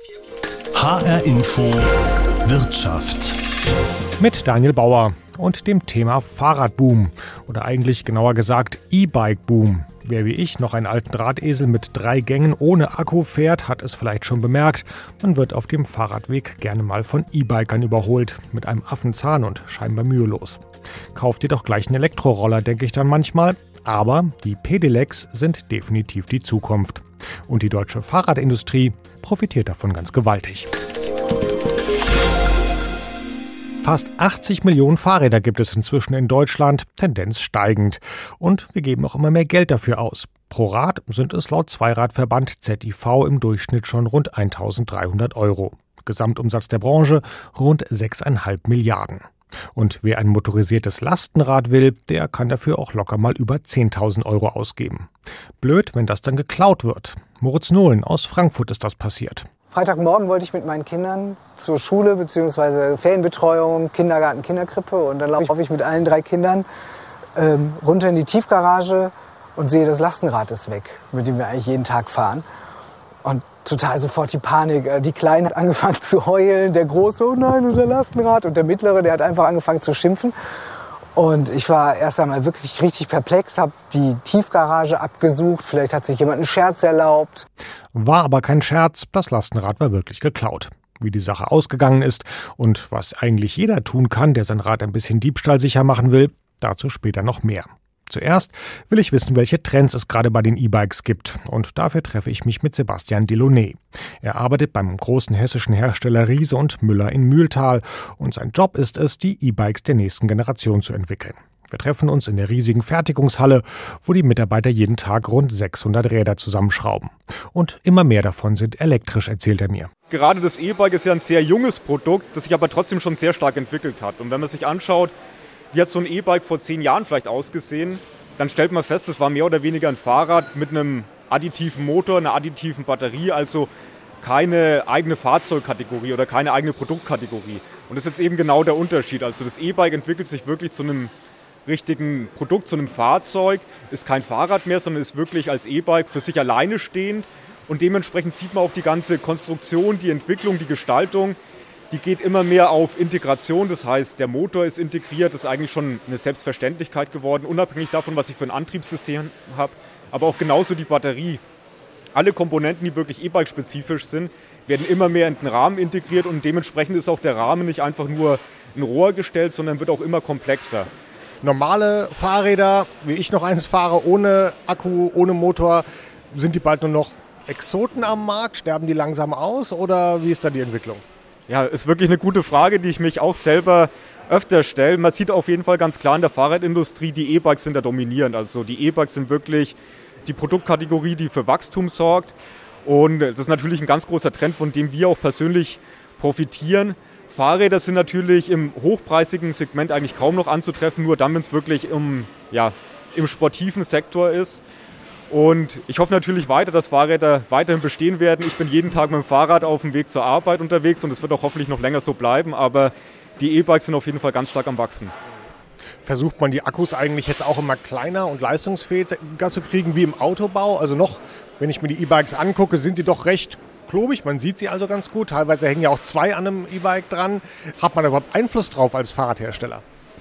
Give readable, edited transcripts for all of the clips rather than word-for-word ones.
HR Info Wirtschaft. Mit Daniel Bauer und dem Thema Fahrradboom oder eigentlich genauer gesagt E-Bike-Boom. Wer wie ich noch einen alten Drahtesel mit 3 Gängen ohne Akku fährt, hat es vielleicht schon bemerkt. Man wird auf dem Fahrradweg gerne mal von E-Bikern überholt, mit einem Affenzahn und scheinbar mühelos. Kauft ihr doch gleich einen Elektroroller, denke ich dann manchmal. Aber die Pedelecs sind definitiv die Zukunft. Und die deutsche Fahrradindustrie profitiert davon ganz gewaltig. Fast 80 Millionen Fahrräder gibt es inzwischen in Deutschland, Tendenz steigend. Und wir geben auch immer mehr Geld dafür aus. Pro Rad sind es laut Zweiradverband ZIV im Durchschnitt schon rund 1.300 €. Gesamtumsatz der Branche rund 6,5 Milliarden. Und wer ein motorisiertes Lastenrad will, der kann dafür auch locker mal über 10.000 € ausgeben. Blöd, wenn das dann geklaut wird. Moritz Nohlen aus Frankfurt ist das passiert. Freitagmorgen wollte ich mit meinen Kindern zur Schule bzw. Ferienbetreuung, Kindergarten, Kinderkrippe und dann laufe ich mit allen 3 Kindern runter in die Tiefgarage und sehe, das Lastenrad ist weg, mit dem wir eigentlich jeden Tag fahren. Und total sofort die Panik. Die Kleine hat angefangen zu heulen, der Große, oh nein, unser Lastenrad. Und der Mittlere, der hat einfach angefangen zu schimpfen. Und ich war erst einmal wirklich richtig perplex, habe die Tiefgarage abgesucht. Vielleicht hat sich jemand einen Scherz erlaubt. War aber kein Scherz, das Lastenrad war wirklich geklaut. Wie die Sache ausgegangen ist und was eigentlich jeder tun kann, der sein Rad ein bisschen diebstahlsicher machen will, dazu später noch mehr. Zuerst will ich wissen, welche Trends es gerade bei den E-Bikes gibt. Und dafür treffe ich mich mit Sebastian Delaunay. Er arbeitet beim großen hessischen Hersteller Riese und Müller in Mühltal. Und sein Job ist es, die E-Bikes der nächsten Generation zu entwickeln. Wir treffen uns in der riesigen Fertigungshalle, wo die Mitarbeiter jeden Tag rund 600 Räder zusammenschrauben. Und immer mehr davon sind elektrisch, erzählt er mir. Gerade das E-Bike ist ja ein sehr junges Produkt, das sich aber trotzdem schon sehr stark entwickelt hat. Und wenn man sich anschaut, wie hat so ein E-Bike vor 10 Jahren vielleicht ausgesehen, dann stellt man fest, es war mehr oder weniger ein Fahrrad mit einem additiven Motor, einer additiven Batterie, also keine eigene Fahrzeugkategorie oder keine eigene Produktkategorie. Und das ist jetzt eben genau der Unterschied. Also das E-Bike entwickelt sich wirklich zu einem richtigen Produkt, zu einem Fahrzeug, ist kein Fahrrad mehr, sondern ist wirklich als E-Bike für sich alleine stehend. Und dementsprechend sieht man auch die ganze Konstruktion, die Entwicklung, die Gestaltung, die geht immer mehr auf Integration, das heißt, der Motor ist integriert, das ist eigentlich schon eine Selbstverständlichkeit geworden, unabhängig davon, was ich für ein Antriebssystem habe, aber auch genauso die Batterie. Alle Komponenten, die wirklich E-Bike-spezifisch sind, werden immer mehr in den Rahmen integriert und dementsprechend ist auch der Rahmen nicht einfach nur ein Rohr gestellt, sondern wird auch immer komplexer. Normale Fahrräder, wie ich noch eins fahre, ohne Akku, ohne Motor, sind die bald nur noch Exoten am Markt? Sterben die langsam aus oder wie ist da die Entwicklung? Ja, ist wirklich eine gute Frage, die ich mich auch selber öfter stelle. Man sieht auf jeden Fall ganz klar in der Fahrradindustrie, die E-Bikes sind da dominierend. Also die E-Bikes sind wirklich die Produktkategorie, die für Wachstum sorgt. Und das ist natürlich ein ganz großer Trend, von dem wir auch persönlich profitieren. Fahrräder sind natürlich im hochpreisigen Segment eigentlich kaum noch anzutreffen, nur dann, wenn es wirklich im sportiven Sektor ist. Und ich hoffe natürlich weiter, dass Fahrräder weiterhin bestehen werden. Ich bin jeden Tag mit dem Fahrrad auf dem Weg zur Arbeit unterwegs und es wird auch hoffentlich noch länger so bleiben. Aber die E-Bikes sind auf jeden Fall ganz stark am Wachsen. Versucht man die Akkus eigentlich jetzt auch immer kleiner und leistungsfähiger zu kriegen wie im Autobau? Also noch, wenn ich mir die E-Bikes angucke, sind die doch recht klobig. Man sieht sie also ganz gut. Teilweise hängen ja auch 2 an einem E-Bike dran. Hat man da überhaupt Einfluss drauf als Fahrradhersteller?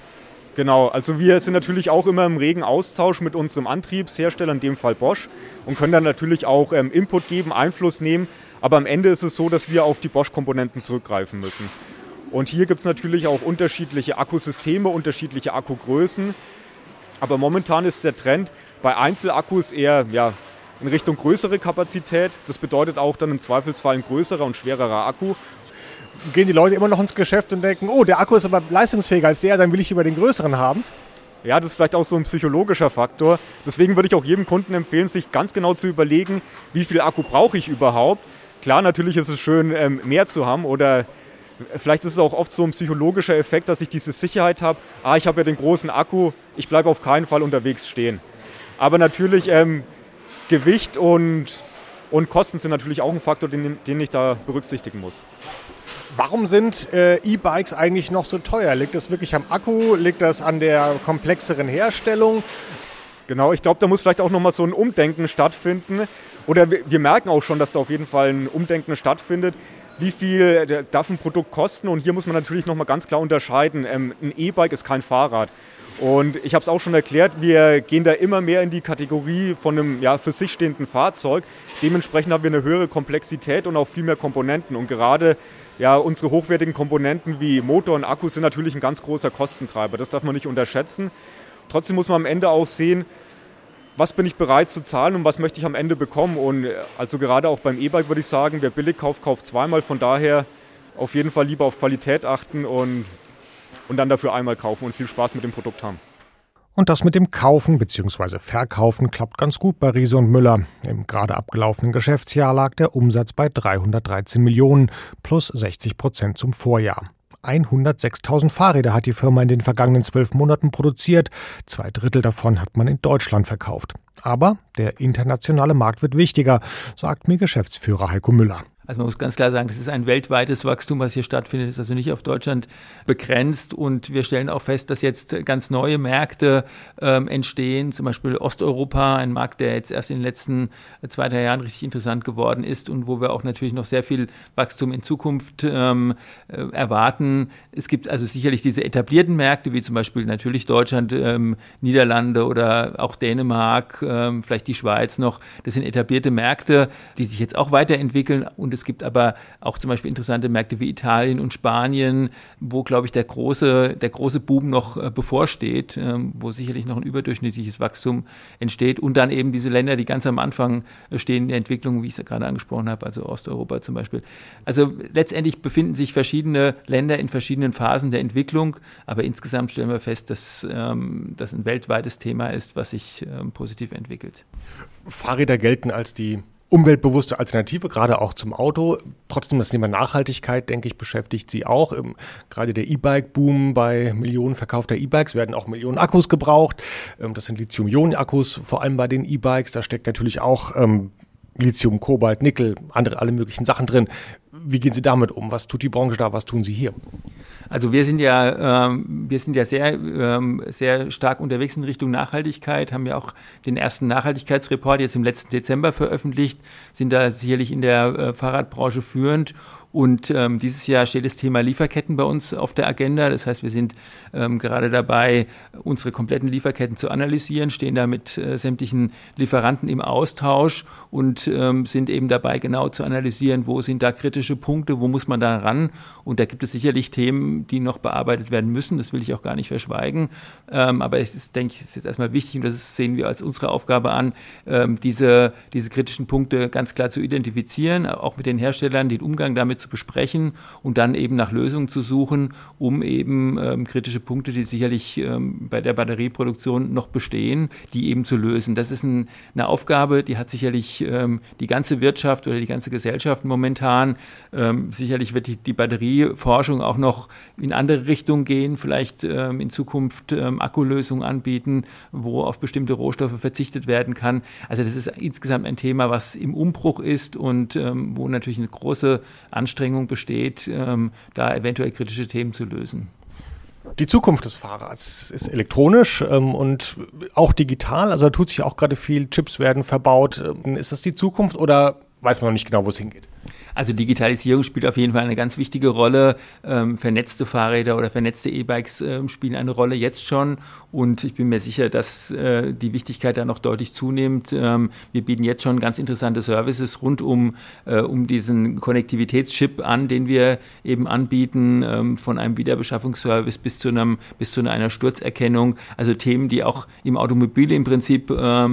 Genau, also wir sind natürlich auch immer im regen Austausch mit unserem Antriebshersteller, in dem Fall Bosch, und können dann natürlich auch Input geben, Einfluss nehmen. Aber am Ende ist es so, dass wir auf die Bosch-Komponenten zurückgreifen müssen. Und hier gibt es natürlich auch unterschiedliche Akkusysteme, unterschiedliche Akkugrößen. Aber momentan ist der Trend bei Einzelakkus eher in Richtung größere Kapazität. Das bedeutet auch dann im Zweifelsfall ein größerer und schwererer Akku. Gehen die Leute immer noch ins Geschäft und denken, oh, der Akku ist aber leistungsfähiger als der, dann will ich lieber den größeren haben? Ja, das ist vielleicht auch so ein psychologischer Faktor. Deswegen würde ich auch jedem Kunden empfehlen, sich ganz genau zu überlegen, wie viel Akku brauche ich überhaupt. Klar, natürlich ist es schön, mehr zu haben oder vielleicht ist es auch oft so ein psychologischer Effekt, dass ich diese Sicherheit habe, ich habe ja den großen Akku, ich bleibe auf keinen Fall unterwegs stehen. Aber natürlich Gewicht und Kosten sind natürlich auch ein Faktor, den ich da berücksichtigen muss. Warum sind E-Bikes eigentlich noch so teuer? Liegt das wirklich am Akku? Liegt das an der komplexeren Herstellung? Genau, ich glaube, da muss vielleicht auch nochmal so ein Umdenken stattfinden. Oder wir merken auch schon, dass da auf jeden Fall ein Umdenken stattfindet. Wie viel darf ein Produkt kosten? Und hier muss man natürlich nochmal ganz klar unterscheiden. Ein E-Bike ist kein Fahrrad. Und ich habe es auch schon erklärt, wir gehen da immer mehr in die Kategorie von einem für sich stehenden Fahrzeug. Dementsprechend haben wir eine höhere Komplexität und auch viel mehr Komponenten. Und gerade unsere hochwertigen Komponenten wie Motor und Akkus sind natürlich ein ganz großer Kostentreiber. Das darf man nicht unterschätzen. Trotzdem muss man am Ende auch sehen, was bin ich bereit zu zahlen und was möchte ich am Ende bekommen. Und also gerade auch beim E-Bike würde ich sagen, wer billig kauft, kauft zweimal. Von daher auf jeden Fall lieber auf Qualität achten und dann dafür einmal kaufen und viel Spaß mit dem Produkt haben. Und das mit dem Kaufen bzw. Verkaufen klappt ganz gut bei Riese und Müller. Im gerade abgelaufenen Geschäftsjahr lag der Umsatz bei 313 Millionen plus 60% zum Vorjahr. 106.000 Fahrräder hat die Firma in den vergangenen 12 Monaten produziert. 2/3 davon hat man in Deutschland verkauft. Aber der internationale Markt wird wichtiger, sagt mir Geschäftsführer Heiko Müller. Also man muss ganz klar sagen, das ist ein weltweites Wachstum, was hier stattfindet, ist also nicht auf Deutschland begrenzt. Und wir stellen auch fest, dass jetzt ganz neue Märkte entstehen, zum Beispiel Osteuropa, ein Markt, der jetzt erst in den letzten 2-3 Jahren richtig interessant geworden ist und wo wir auch natürlich noch sehr viel Wachstum in Zukunft erwarten. Es gibt also sicherlich diese etablierten Märkte, wie zum Beispiel natürlich Deutschland, Niederlande oder auch Dänemark, vielleicht die Schweiz noch. Das sind etablierte Märkte, die sich jetzt auch weiterentwickeln. Und es gibt aber auch zum Beispiel interessante Märkte wie Italien und Spanien, wo, glaube ich, der große Boom noch bevorsteht, wo sicherlich noch ein überdurchschnittliches Wachstum entsteht. Und dann eben diese Länder, die ganz am Anfang stehen in der Entwicklung, wie ich es ja gerade angesprochen habe, also Osteuropa zum Beispiel. Also letztendlich befinden sich verschiedene Länder in verschiedenen Phasen der Entwicklung. Aber insgesamt stellen wir fest, dass das ein weltweites Thema ist, was sich positiv entwickelt. Fahrräder gelten als die umweltbewusste Alternative, gerade auch zum Auto. Trotzdem das Thema Nachhaltigkeit, denke ich, beschäftigt Sie auch. Gerade der E-Bike-Boom, bei Millionen verkaufter E-Bikes werden auch Millionen Akkus gebraucht. Das sind Lithium-Ionen-Akkus, vor allem bei den E-Bikes. Da steckt natürlich auch Lithium, Kobalt, Nickel, alle möglichen Sachen drin. Wie gehen Sie damit um? Was tut die Branche da? Was tun Sie hier? Also wir sind ja sehr stark unterwegs in Richtung Nachhaltigkeit, haben ja auch den ersten Nachhaltigkeitsreport jetzt im letzten Dezember veröffentlicht, sind da sicherlich in der Fahrradbranche führend. Und dieses Jahr steht das Thema Lieferketten bei uns auf der Agenda. Das heißt, wir sind gerade dabei, unsere kompletten Lieferketten zu analysieren, stehen da mit sämtlichen Lieferanten im Austausch und sind eben dabei, genau zu analysieren, wo sind da kritische Punkte, wo muss man da ran. Und da gibt es sicherlich Themen, die noch bearbeitet werden müssen. Das will ich auch gar nicht verschweigen. Aber es ist, denke ich, ist jetzt erstmal wichtig, und das sehen wir als unsere Aufgabe an, diese kritischen Punkte ganz klar zu identifizieren, auch mit den Herstellern, den Umgang damit zu besprechen und dann eben nach Lösungen zu suchen, um eben kritische Punkte, die sicherlich bei der Batterieproduktion noch bestehen, die eben zu lösen. Das ist eine Aufgabe, die hat sicherlich die ganze Wirtschaft oder die ganze Gesellschaft momentan. Sicherlich wird die Batterieforschung auch noch in andere Richtungen gehen, vielleicht in Zukunft Akkulösungen anbieten, wo auf bestimmte Rohstoffe verzichtet werden kann. Also das ist insgesamt ein Thema, was im Umbruch ist und wo natürlich eine große Anstrengung besteht, da eventuell kritische Themen zu lösen. Die Zukunft des Fahrrads ist elektronisch und auch digital. Also da tut sich auch gerade viel. Chips werden verbaut. Ist das die Zukunft oder weiß man noch nicht genau, wo es hingeht? Also Digitalisierung spielt auf jeden Fall eine ganz wichtige Rolle. Vernetzte Fahrräder oder vernetzte E-Bikes spielen eine Rolle jetzt schon. Und ich bin mir sicher, dass die Wichtigkeit da noch deutlich zunimmt. Wir bieten jetzt schon ganz interessante Services rund um diesen Konnektivitätschip an, den wir eben anbieten, von einem Wiederbeschaffungsservice bis zu einer Sturzerkennung. Also Themen, die auch im Automobil im Prinzip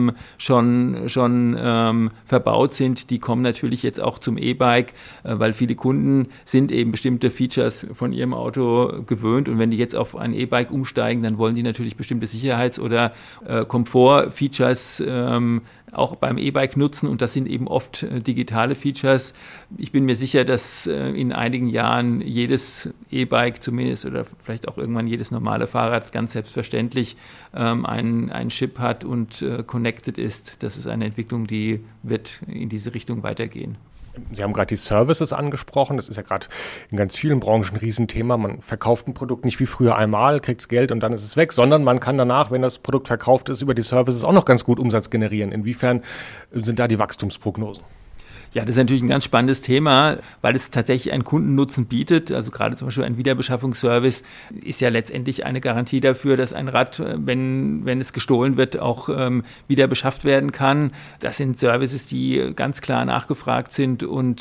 schon verbaut sind, die kommen natürlich jetzt auch zum E-Bike, weil viele Kunden sind eben bestimmte Features von ihrem Auto gewöhnt und wenn die jetzt auf ein E-Bike umsteigen, dann wollen die natürlich bestimmte Sicherheits- oder Komfort-Features auch beim E-Bike nutzen und das sind eben oft digitale Features. Ich bin mir sicher, dass in einigen Jahren jedes E-Bike zumindest oder vielleicht auch irgendwann jedes normale Fahrrad ganz selbstverständlich einen Chip hat und connected ist. Das ist eine Entwicklung, die wird in diese Richtung weitergehen. Sie haben gerade die Services angesprochen. Das ist ja gerade in ganz vielen Branchen ein Riesenthema. Man verkauft ein Produkt nicht wie früher einmal, kriegt Geld und dann ist es weg, sondern man kann danach, wenn das Produkt verkauft ist, über die Services auch noch ganz gut Umsatz generieren. Inwiefern sind da die Wachstumsprognosen? Ja, das ist natürlich ein ganz spannendes Thema, weil es tatsächlich einen Kundennutzen bietet. Also gerade zum Beispiel ein Wiederbeschaffungsservice ist ja letztendlich eine Garantie dafür, dass ein Rad, wenn es gestohlen wird, auch wieder beschafft werden kann. Das sind Services, die ganz klar nachgefragt sind und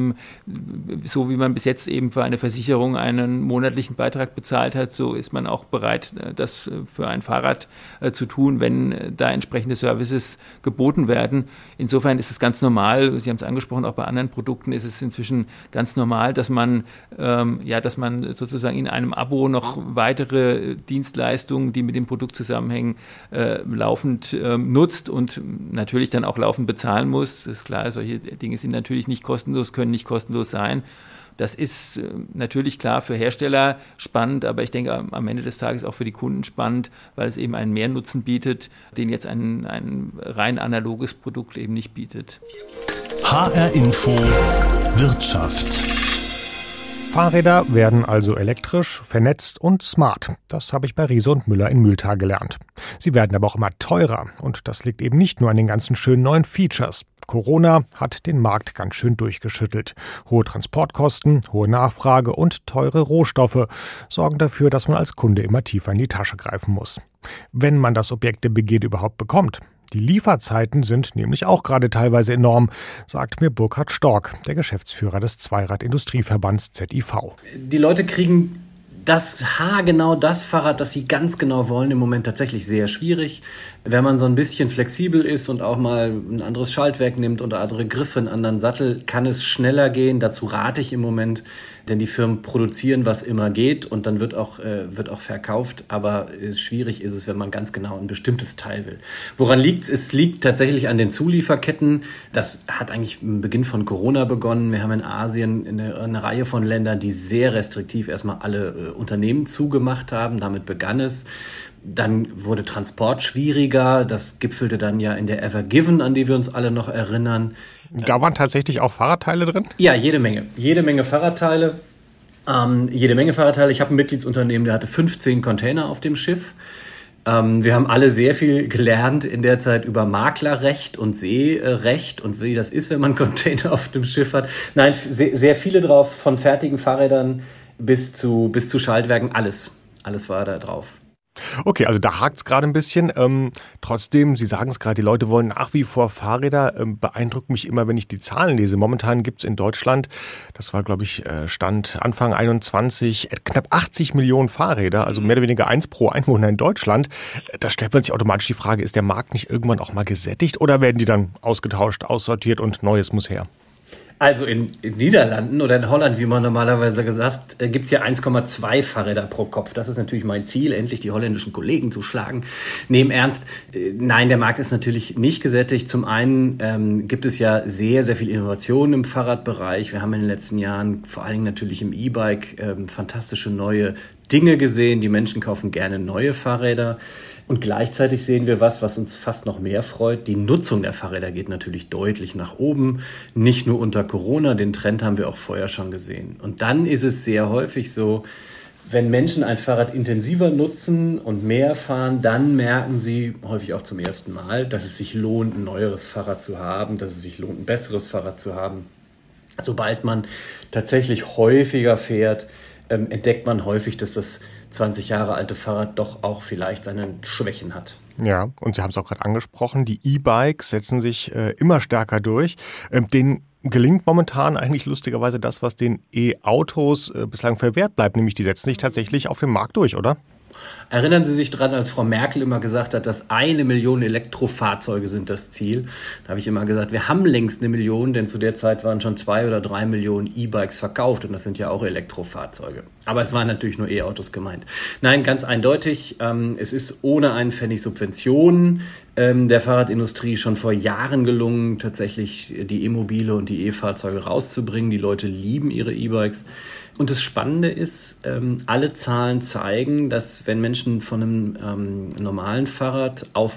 so wie man bis jetzt eben für eine Versicherung einen monatlichen Beitrag bezahlt hat, so ist man auch bereit, das für ein Fahrrad zu tun, wenn da entsprechende Services geboten werden. Insofern ist es ganz normal, Sie haben es angesprochen, auch bei anderen Produkten ist es inzwischen ganz normal, dass man sozusagen in einem Abo noch weitere Dienstleistungen, die mit dem Produkt zusammenhängen, laufend nutzt und natürlich dann auch laufend bezahlen muss. Das ist klar, solche Dinge sind natürlich nicht kostenlos, können nicht kostenlos sein. Das ist natürlich klar für Hersteller spannend, aber ich denke am Ende des Tages auch für die Kunden spannend, weil es eben einen Mehrnutzen bietet, den jetzt ein rein analoges Produkt eben nicht bietet. HR Info Wirtschaft. Fahrräder werden also elektrisch, vernetzt und smart. Das habe ich bei Riese und Müller in Mühltal gelernt. Sie werden aber auch immer teurer. Und das liegt eben nicht nur an den ganzen schönen neuen Features. Corona hat den Markt ganz schön durchgeschüttelt. Hohe Transportkosten, hohe Nachfrage und teure Rohstoffe sorgen dafür, dass man als Kunde immer tiefer in die Tasche greifen muss. Wenn man das Objekt der Begierde überhaupt bekommt. Die Lieferzeiten sind nämlich auch gerade teilweise enorm, sagt mir Burkhard Stork, der Geschäftsführer des Zweirad-Industrieverbands ZIV. Die Leute kriegen haargenau das Fahrrad, das sie ganz genau wollen, im Moment tatsächlich sehr schwierig. Wenn man so ein bisschen flexibel ist und auch mal ein anderes Schaltwerk nimmt oder andere Griffe, einen anderen Sattel, kann es schneller gehen. Dazu rate ich im Moment, denn die Firmen produzieren, was immer geht und dann wird auch verkauft. Aber schwierig ist es, wenn man ganz genau ein bestimmtes Teil will. Woran liegt es? Es liegt tatsächlich an den Zulieferketten. Das hat eigentlich am Beginn von Corona begonnen. Wir haben in Asien eine Reihe von Ländern, die sehr restriktiv erstmal alle Unternehmen zugemacht haben. Damit begann es. Dann wurde Transport schwieriger. Das gipfelte dann ja in der Ever Given, an die wir uns alle noch erinnern. Da waren tatsächlich auch Fahrradteile drin? Ja, jede Menge. Jede Menge Fahrradteile. Ich habe ein Mitgliedsunternehmen, der hatte 15 Container auf dem Schiff. Wir haben alle sehr viel gelernt in der Zeit über Maklerrecht und Seerecht und wie das ist, wenn man Container auf dem Schiff hat. Nein, sehr viele drauf, von fertigen Fahrrädern bis zu Schaltwerken, alles war da drauf. Okay, also da hakt's gerade ein bisschen. Trotzdem, Sie sagen es gerade, die Leute wollen nach wie vor Fahrräder. Beeindruckt mich immer, wenn ich die Zahlen lese. Momentan gibt's in Deutschland, das war glaube ich Stand Anfang 21, knapp 80 Millionen Fahrräder, also mehr oder weniger 1 pro Einwohner in Deutschland. Da stellt man sich automatisch die Frage, ist der Markt nicht irgendwann auch mal gesättigt oder werden die dann ausgetauscht, aussortiert und Neues muss her? Also in Niederlanden oder in Holland, wie man normalerweise gesagt, gibt es ja 1,2 Fahrräder pro Kopf. Das ist natürlich mein Ziel, endlich die holländischen Kollegen zu schlagen. Nehmen ernst. Nein, der Markt ist natürlich nicht gesättigt. Zum einen gibt es ja sehr, sehr viel Innovation im Fahrradbereich. Wir haben in den letzten Jahren, vor allen Dingen natürlich im E-Bike, fantastische neue Dinge gesehen. Die Menschen kaufen gerne neue Fahrräder. Und gleichzeitig sehen wir was uns fast noch mehr freut. Die Nutzung der Fahrräder geht natürlich deutlich nach oben. Nicht nur unter Corona, den Trend haben wir auch vorher schon gesehen. Und dann ist es sehr häufig so, wenn Menschen ein Fahrrad intensiver nutzen und mehr fahren, dann merken sie häufig auch zum ersten Mal, dass es sich lohnt, ein neueres Fahrrad zu haben, dass es sich lohnt, ein besseres Fahrrad zu haben. Sobald man tatsächlich häufiger fährt, entdeckt man häufig, dass das 20 Jahre alte Fahrrad doch auch vielleicht seine Schwächen hat. Ja, und Sie haben es auch gerade angesprochen, die E-Bikes setzen sich immer stärker durch. Denen gelingt momentan eigentlich lustigerweise das, was den E-Autos bislang verwehrt bleibt, nämlich die setzen sich tatsächlich auf dem Markt durch, oder? Erinnern Sie sich daran, als Frau Merkel immer gesagt hat, dass 1 Million Elektrofahrzeuge sind das Ziel. Da habe ich immer gesagt, wir haben längst 1 Million, denn zu der Zeit waren schon 2 oder 3 Millionen E-Bikes verkauft und das sind ja auch Elektrofahrzeuge. Aber es waren natürlich nur E-Autos gemeint. Nein, ganz eindeutig, es ist ohne einen Pfennig Subventionen der Fahrradindustrie schon vor Jahren gelungen, tatsächlich die E-Mobile und die E-Fahrzeuge rauszubringen. Die Leute lieben ihre E-Bikes. Und das Spannende ist, alle Zahlen zeigen, dass wenn Menschen von einem normalen Fahrrad auf ein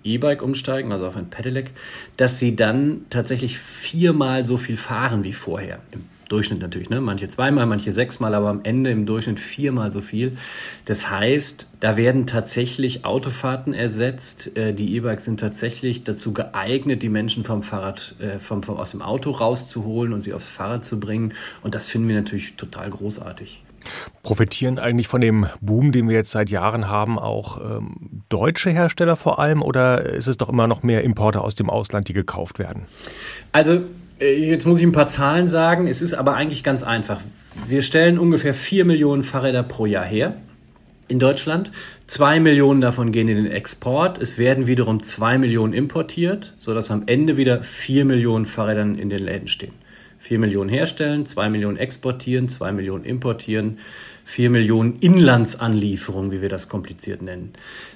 E-Bike umsteigen, also auf ein Pedelec, dass sie dann tatsächlich 4-mal so viel fahren wie vorher. Im Durchschnitt natürlich, ne? Manche 2-mal, manche 6-mal, aber am Ende im Durchschnitt 4-mal so viel. Das heißt, da werden tatsächlich Autofahrten ersetzt. Die E-Bikes sind tatsächlich dazu geeignet, die Menschen vom Fahrrad, aus dem Auto rauszuholen und sie aufs Fahrrad zu bringen. Und das finden wir natürlich total großartig. Profitieren eigentlich von dem Boom, den wir jetzt seit Jahren haben, auch deutsche Hersteller vor allem? Oder ist es doch immer noch mehr Importe aus dem Ausland, die gekauft werden? Also jetzt muss ich ein paar Zahlen sagen. Es ist aber eigentlich ganz einfach. Wir stellen ungefähr 4 Millionen Fahrräder pro Jahr her in Deutschland. 2 Millionen davon gehen in den Export. Es werden wiederum 2 Millionen importiert, sodass am Ende wieder 4 Millionen Fahrrädern in den Läden stehen. 4 Millionen herstellen, 2 Millionen exportieren, 2 Millionen importieren, 4 Millionen Inlandsanlieferungen, wie wir das kompliziert nennen.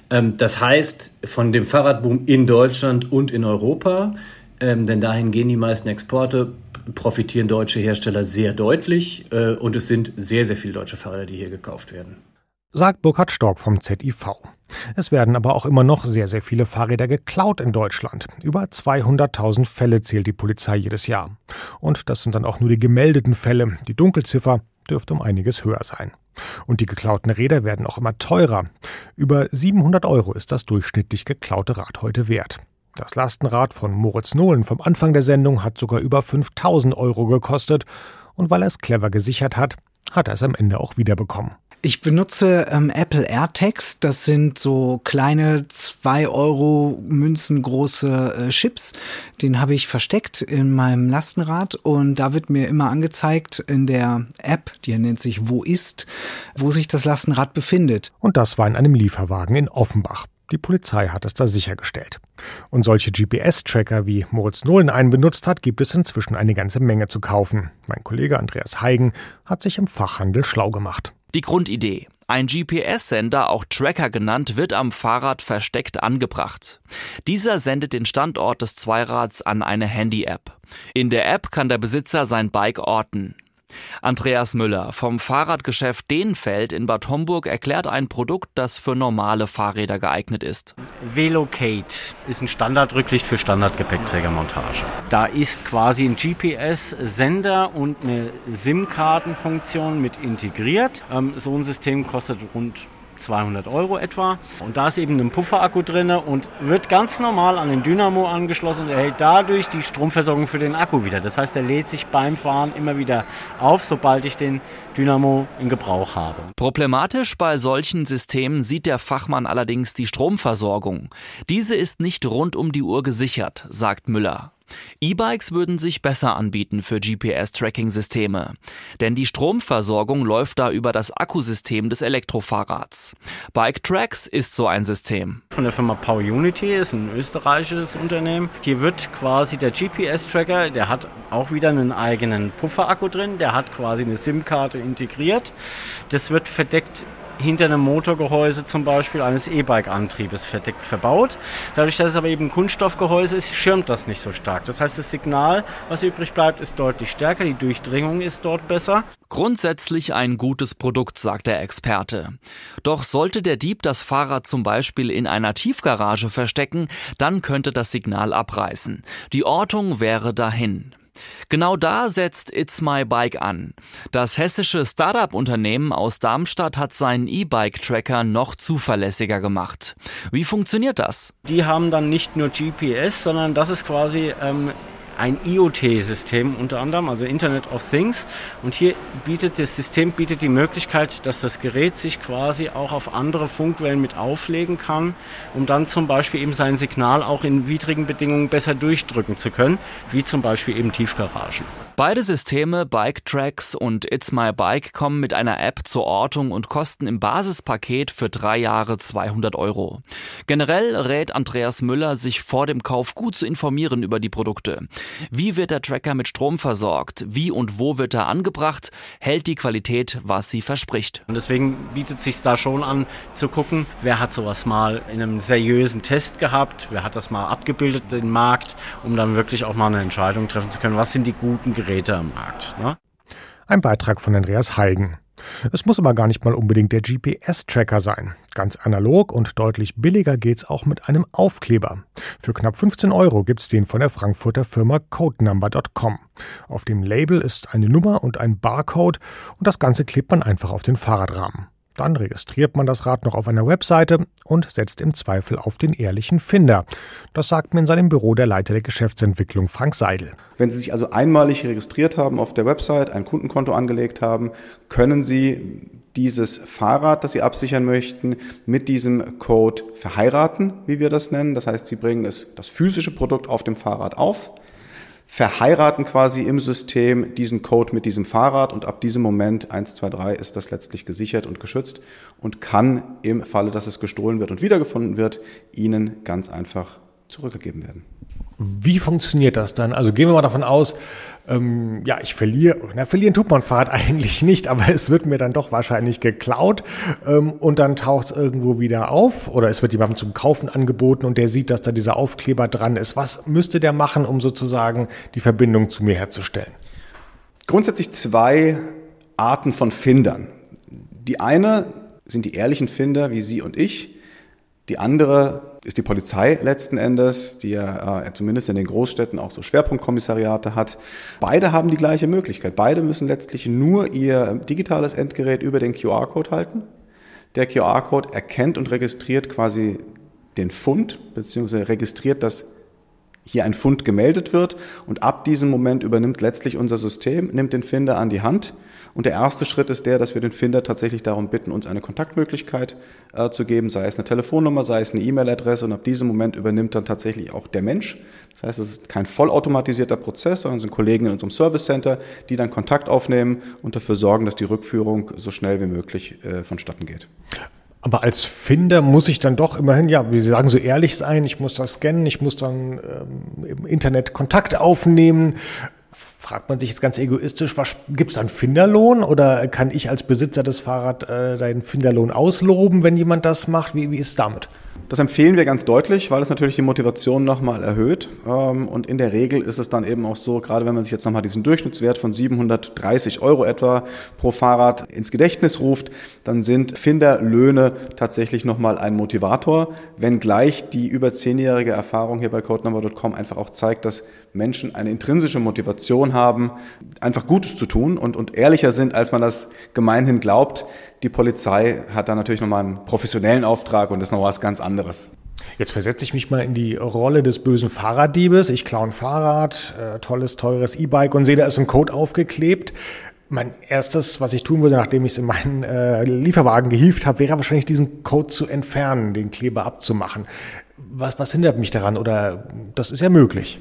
Das heißt, von dem Fahrradboom in Deutschland und in Europa, denn dahin gehen die meisten Exporte, profitieren deutsche Hersteller sehr deutlich und es sind sehr, sehr viele deutsche Fahrräder, die hier gekauft werden. Sagt Burkhard Stork vom ZIV. Es werden aber auch immer noch sehr, sehr viele Fahrräder geklaut in Deutschland. Über 200.000 Fälle zählt die Polizei jedes Jahr. Und das sind dann auch nur die gemeldeten Fälle. Die Dunkelziffer dürfte um einiges höher sein. Und die geklauten Räder werden auch immer teurer. Über 700 € ist das durchschnittlich geklaute Rad heute wert. Das Lastenrad von Moritz Nohlen vom Anfang der Sendung hat sogar über 5.000 € gekostet. Und weil er es clever gesichert hat, hat er es am Ende auch wiederbekommen. Ich benutze Apple AirTags. Das sind so kleine 2 € Münzen große Chips. Den habe ich versteckt in meinem Lastenrad und da wird mir immer angezeigt in der App, die nennt sich Wo ist, wo sich das Lastenrad befindet. Und das war in einem Lieferwagen in Offenbach. Die Polizei hat es da sichergestellt. Und solche GPS-Tracker, wie Moritz Nohlen einen benutzt hat, gibt es inzwischen eine ganze Menge zu kaufen. Mein Kollege Andreas Heigen hat sich im Fachhandel schlau gemacht. Die Grundidee. Ein GPS-Sender, auch Tracker genannt, wird am Fahrrad versteckt angebracht. Dieser sendet den Standort des Zweirads an eine Handy-App. In der App kann der Besitzer sein Bike orten. Andreas Müller vom Fahrradgeschäft Dänfeld in Bad Homburg erklärt ein Produkt, das für normale Fahrräder geeignet ist. Velocate ist ein Standardrücklicht für Standardgepäckträgermontage. Da ist quasi ein GPS-Sender und eine SIM-Kartenfunktion mit integriert. So ein System kostet rund 200 € etwa. Und da ist eben ein Pufferakku drin und wird ganz normal an den Dynamo angeschlossen und erhält dadurch die Stromversorgung für den Akku wieder. Das heißt, er lädt sich beim Fahren immer wieder auf, sobald ich den Dynamo in Gebrauch habe. Problematisch bei solchen Systemen sieht der Fachmann allerdings die Stromversorgung. Diese ist nicht rund um die Uhr gesichert, sagt Müller. E-Bikes würden sich besser anbieten für GPS-Tracking-Systeme, denn die Stromversorgung läuft da über das Akkusystem des Elektrofahrrads. BikeTrax ist so ein System. Von der Firma PowerUnity, ist ein österreichisches Unternehmen. Hier wird quasi der GPS-Tracker, der hat auch wieder einen eigenen Pufferakku drin, der hat quasi eine SIM-Karte integriert. Das wird verdeckt hinter einem Motorgehäuse zum Beispiel eines E-Bike-Antriebes verdeckt verbaut. Dadurch, dass es aber eben ein Kunststoffgehäuse ist, schirmt das nicht so stark. Das heißt, das Signal, was übrig bleibt, ist deutlich stärker, die Durchdringung ist dort besser. Grundsätzlich ein gutes Produkt, sagt der Experte. Doch sollte der Dieb das Fahrrad zum Beispiel in einer Tiefgarage verstecken, dann könnte das Signal abreißen. Die Ortung wäre dahin. Genau da setzt It's My Bike an. Das hessische Start-up-Unternehmen aus Darmstadt hat seinen E-Bike-Tracker noch zuverlässiger gemacht. Wie funktioniert das? Die haben dann nicht nur GPS, sondern das ist quasi ein IoT-System unter anderem, also Internet of Things. Und hier bietet das System die Möglichkeit, dass das Gerät sich quasi auch auf andere Funkwellen mit auflegen kann, um dann zum Beispiel eben sein Signal auch in widrigen Bedingungen besser durchdrücken zu können, wie zum Beispiel eben Tiefgaragen. Beide Systeme, BikeTrax und It's My Bike, kommen mit einer App zur Ortung und kosten im Basispaket für 3 Jahre 200 €. Generell rät Andreas Müller, sich vor dem Kauf gut zu informieren über die Produkte. Wie wird der Tracker mit Strom versorgt? Wie und wo wird er angebracht? Hält die Qualität, was sie verspricht? Und deswegen bietet es sich da schon an, zu gucken, wer hat sowas mal in einem seriösen Test gehabt, wer hat das mal abgebildet, den Markt, um dann wirklich auch mal eine Entscheidung treffen zu können, was sind die guten Geräte am Markt. Ne? Ein Beitrag von Andreas Heigen. Es muss aber gar nicht mal unbedingt der GPS-Tracker sein. Ganz analog und deutlich billiger geht's auch mit einem Aufkleber. Für knapp 15 € gibt's den von der Frankfurter Firma Codenumber.com. Auf dem Label ist eine Nummer und ein Barcode und das Ganze klebt man einfach auf den Fahrradrahmen. Dann registriert man das Rad noch auf einer Webseite und setzt im Zweifel auf den ehrlichen Finder. Das sagt mir in seinem Büro der Leiter der Geschäftsentwicklung, Frank Seidel. Wenn Sie sich also einmalig registriert haben auf der Website, ein Kundenkonto angelegt haben, können Sie dieses Fahrrad, das Sie absichern möchten, mit diesem Code verheiraten, wie wir das nennen. Das heißt, Sie bringen das physische Produkt auf dem Fahrrad auf, verheiraten quasi im System diesen Code mit diesem Fahrrad und ab diesem Moment 1, 2, 3 ist das letztlich gesichert und geschützt und kann im Falle, dass es gestohlen wird und wiedergefunden wird, Ihnen ganz einfach zurückgegeben werden. Wie funktioniert das dann? Also gehen wir mal davon aus, ich verliere. Verlieren tut man Fahrrad eigentlich nicht, aber es wird mir dann doch wahrscheinlich geklaut und dann taucht es irgendwo wieder auf oder es wird jemandem zum Kaufen angeboten und der sieht, dass da dieser Aufkleber dran ist. Was müsste der machen, um sozusagen die Verbindung zu mir herzustellen? Grundsätzlich 2 Arten von Findern. Die eine sind die ehrlichen Finder wie Sie und ich. Die andere ist die Polizei letzten Endes, die ja zumindest in den Großstädten auch so Schwerpunktkommissariate hat. Beide haben die gleiche Möglichkeit. Beide müssen letztlich nur ihr digitales Endgerät über den QR-Code halten. Der QR-Code erkennt und registriert quasi den Fund, beziehungsweise registriert, dass hier ein Fund gemeldet wird. Und ab diesem Moment übernimmt letztlich unser System, nimmt den Finder an die Hand. Und der erste Schritt ist der, dass wir den Finder tatsächlich darum bitten, uns eine Kontaktmöglichkeit zu geben, sei es eine Telefonnummer, sei es eine E-Mail-Adresse. Und ab diesem Moment übernimmt dann tatsächlich auch der Mensch. Das heißt, es ist kein vollautomatisierter Prozess, sondern es sind Kollegen in unserem Service Center, die dann Kontakt aufnehmen und dafür sorgen, dass die Rückführung so schnell wie möglich vonstatten geht. Aber als Finder muss ich dann doch immerhin, wie Sie sagen, so ehrlich sein. Ich muss das scannen, ich muss dann im Internet Kontakt aufnehmen. Fragt man sich jetzt ganz egoistisch, gibt es da einen Finderlohn oder kann ich als Besitzer des Fahrrads den Finderlohn ausloben, wenn jemand das macht? Wie ist es damit? Das empfehlen wir ganz deutlich, weil es natürlich die Motivation nochmal erhöht. Und in der Regel ist es dann eben auch so, gerade wenn man sich jetzt nochmal diesen Durchschnittswert von 730 € etwa pro Fahrrad ins Gedächtnis ruft, dann sind Finderlöhne tatsächlich nochmal ein Motivator, wenngleich die über 10-jährige Erfahrung hier bei Codenumber.com einfach auch zeigt, dass Menschen eine intrinsische Motivation haben, einfach Gutes zu tun und ehrlicher sind, als man das gemeinhin glaubt. Die Polizei hat da natürlich nochmal einen professionellen Auftrag und das ist noch was ganz anderes. Jetzt versetze ich mich mal in die Rolle des bösen Fahrraddiebes. Ich klaue ein Fahrrad, tolles, teures E-Bike und sehe, da ist ein Code aufgeklebt. Mein erstes, was ich tun würde, nachdem ich es in meinen Lieferwagen gehievt habe, wäre wahrscheinlich diesen Code zu entfernen, den Kleber abzumachen. Was hindert mich daran? Oder das ist ja möglich.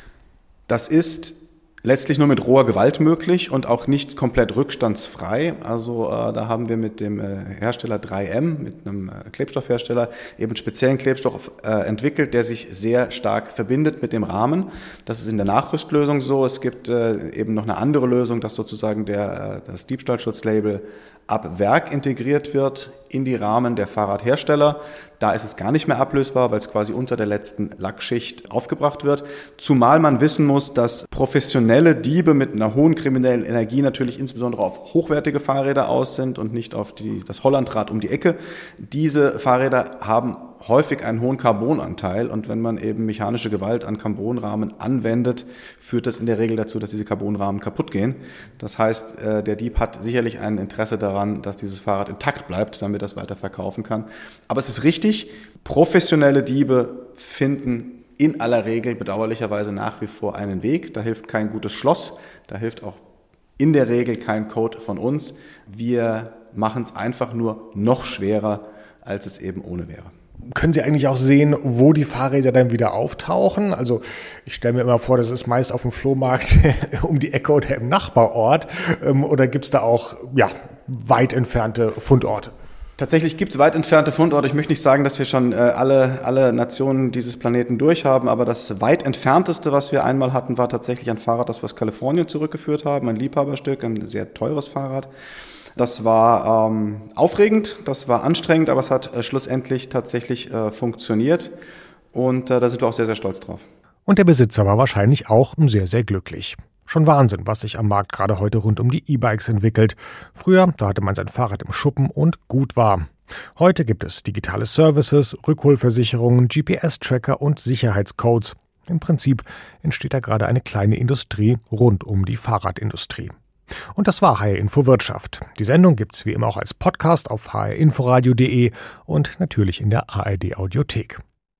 Das ist letztlich nur mit roher Gewalt möglich und auch nicht komplett rückstandsfrei. Also da haben wir mit dem Hersteller 3M, mit einem Klebstoffhersteller, eben einen speziellen Klebstoff entwickelt, der sich sehr stark verbindet mit dem Rahmen. Das ist in der Nachrüstlösung so. Es gibt eben noch eine andere Lösung, dass sozusagen das Diebstahlschutzlabel ab Werk integriert wird in die Rahmen der Fahrradhersteller. Da ist es gar nicht mehr ablösbar, weil es quasi unter der letzten Lackschicht aufgebracht wird. Zumal man wissen muss, dass professionelle Diebe mit einer hohen kriminellen Energie natürlich insbesondere auf hochwertige Fahrräder aus sind und nicht auf das Hollandrad um die Ecke. Diese Fahrräder haben häufig einen hohen Carbonanteil und wenn man eben mechanische Gewalt an Carbonrahmen anwendet, führt das in der Regel dazu, dass diese Carbonrahmen kaputt gehen. Das heißt, der Dieb hat sicherlich ein Interesse daran, dass dieses Fahrrad intakt bleibt, damit er es weiter verkaufen kann. Aber es ist richtig, professionelle Diebe finden in aller Regel bedauerlicherweise nach wie vor einen Weg. Da hilft kein gutes Schloss, da hilft auch in der Regel kein Code von uns. Wir machen es einfach nur noch schwerer, als es eben ohne wäre. Können Sie eigentlich auch sehen, wo die Fahrräder dann wieder auftauchen? Also ich stelle mir immer vor, das ist meist auf dem Flohmarkt um die Ecke oder im Nachbarort. Oder gibt es da auch weit entfernte Fundorte? Tatsächlich gibt es weit entfernte Fundorte. Ich möchte nicht sagen, dass wir schon alle Nationen dieses Planeten durchhaben, aber das weit entfernteste, was wir einmal hatten, war tatsächlich ein Fahrrad, das wir aus Kalifornien zurückgeführt haben, ein Liebhaberstück, ein sehr teures Fahrrad. Das war aufregend, das war anstrengend, aber es hat schlussendlich tatsächlich funktioniert und da sind wir auch sehr, sehr stolz drauf. Und der Besitzer war wahrscheinlich auch sehr, sehr glücklich. Schon Wahnsinn, was sich am Markt gerade heute rund um die E-Bikes entwickelt. Früher, da hatte man sein Fahrrad im Schuppen und gut war. Heute gibt es digitale Services, Rückholversicherungen, GPS-Tracker und Sicherheitscodes. Im Prinzip entsteht da gerade eine kleine Industrie rund um die Fahrradindustrie. Und das war HR Info Wirtschaft. Die Sendung gibt's wie immer auch als Podcast auf hrinforadio.de und natürlich in der ARD Audiothek.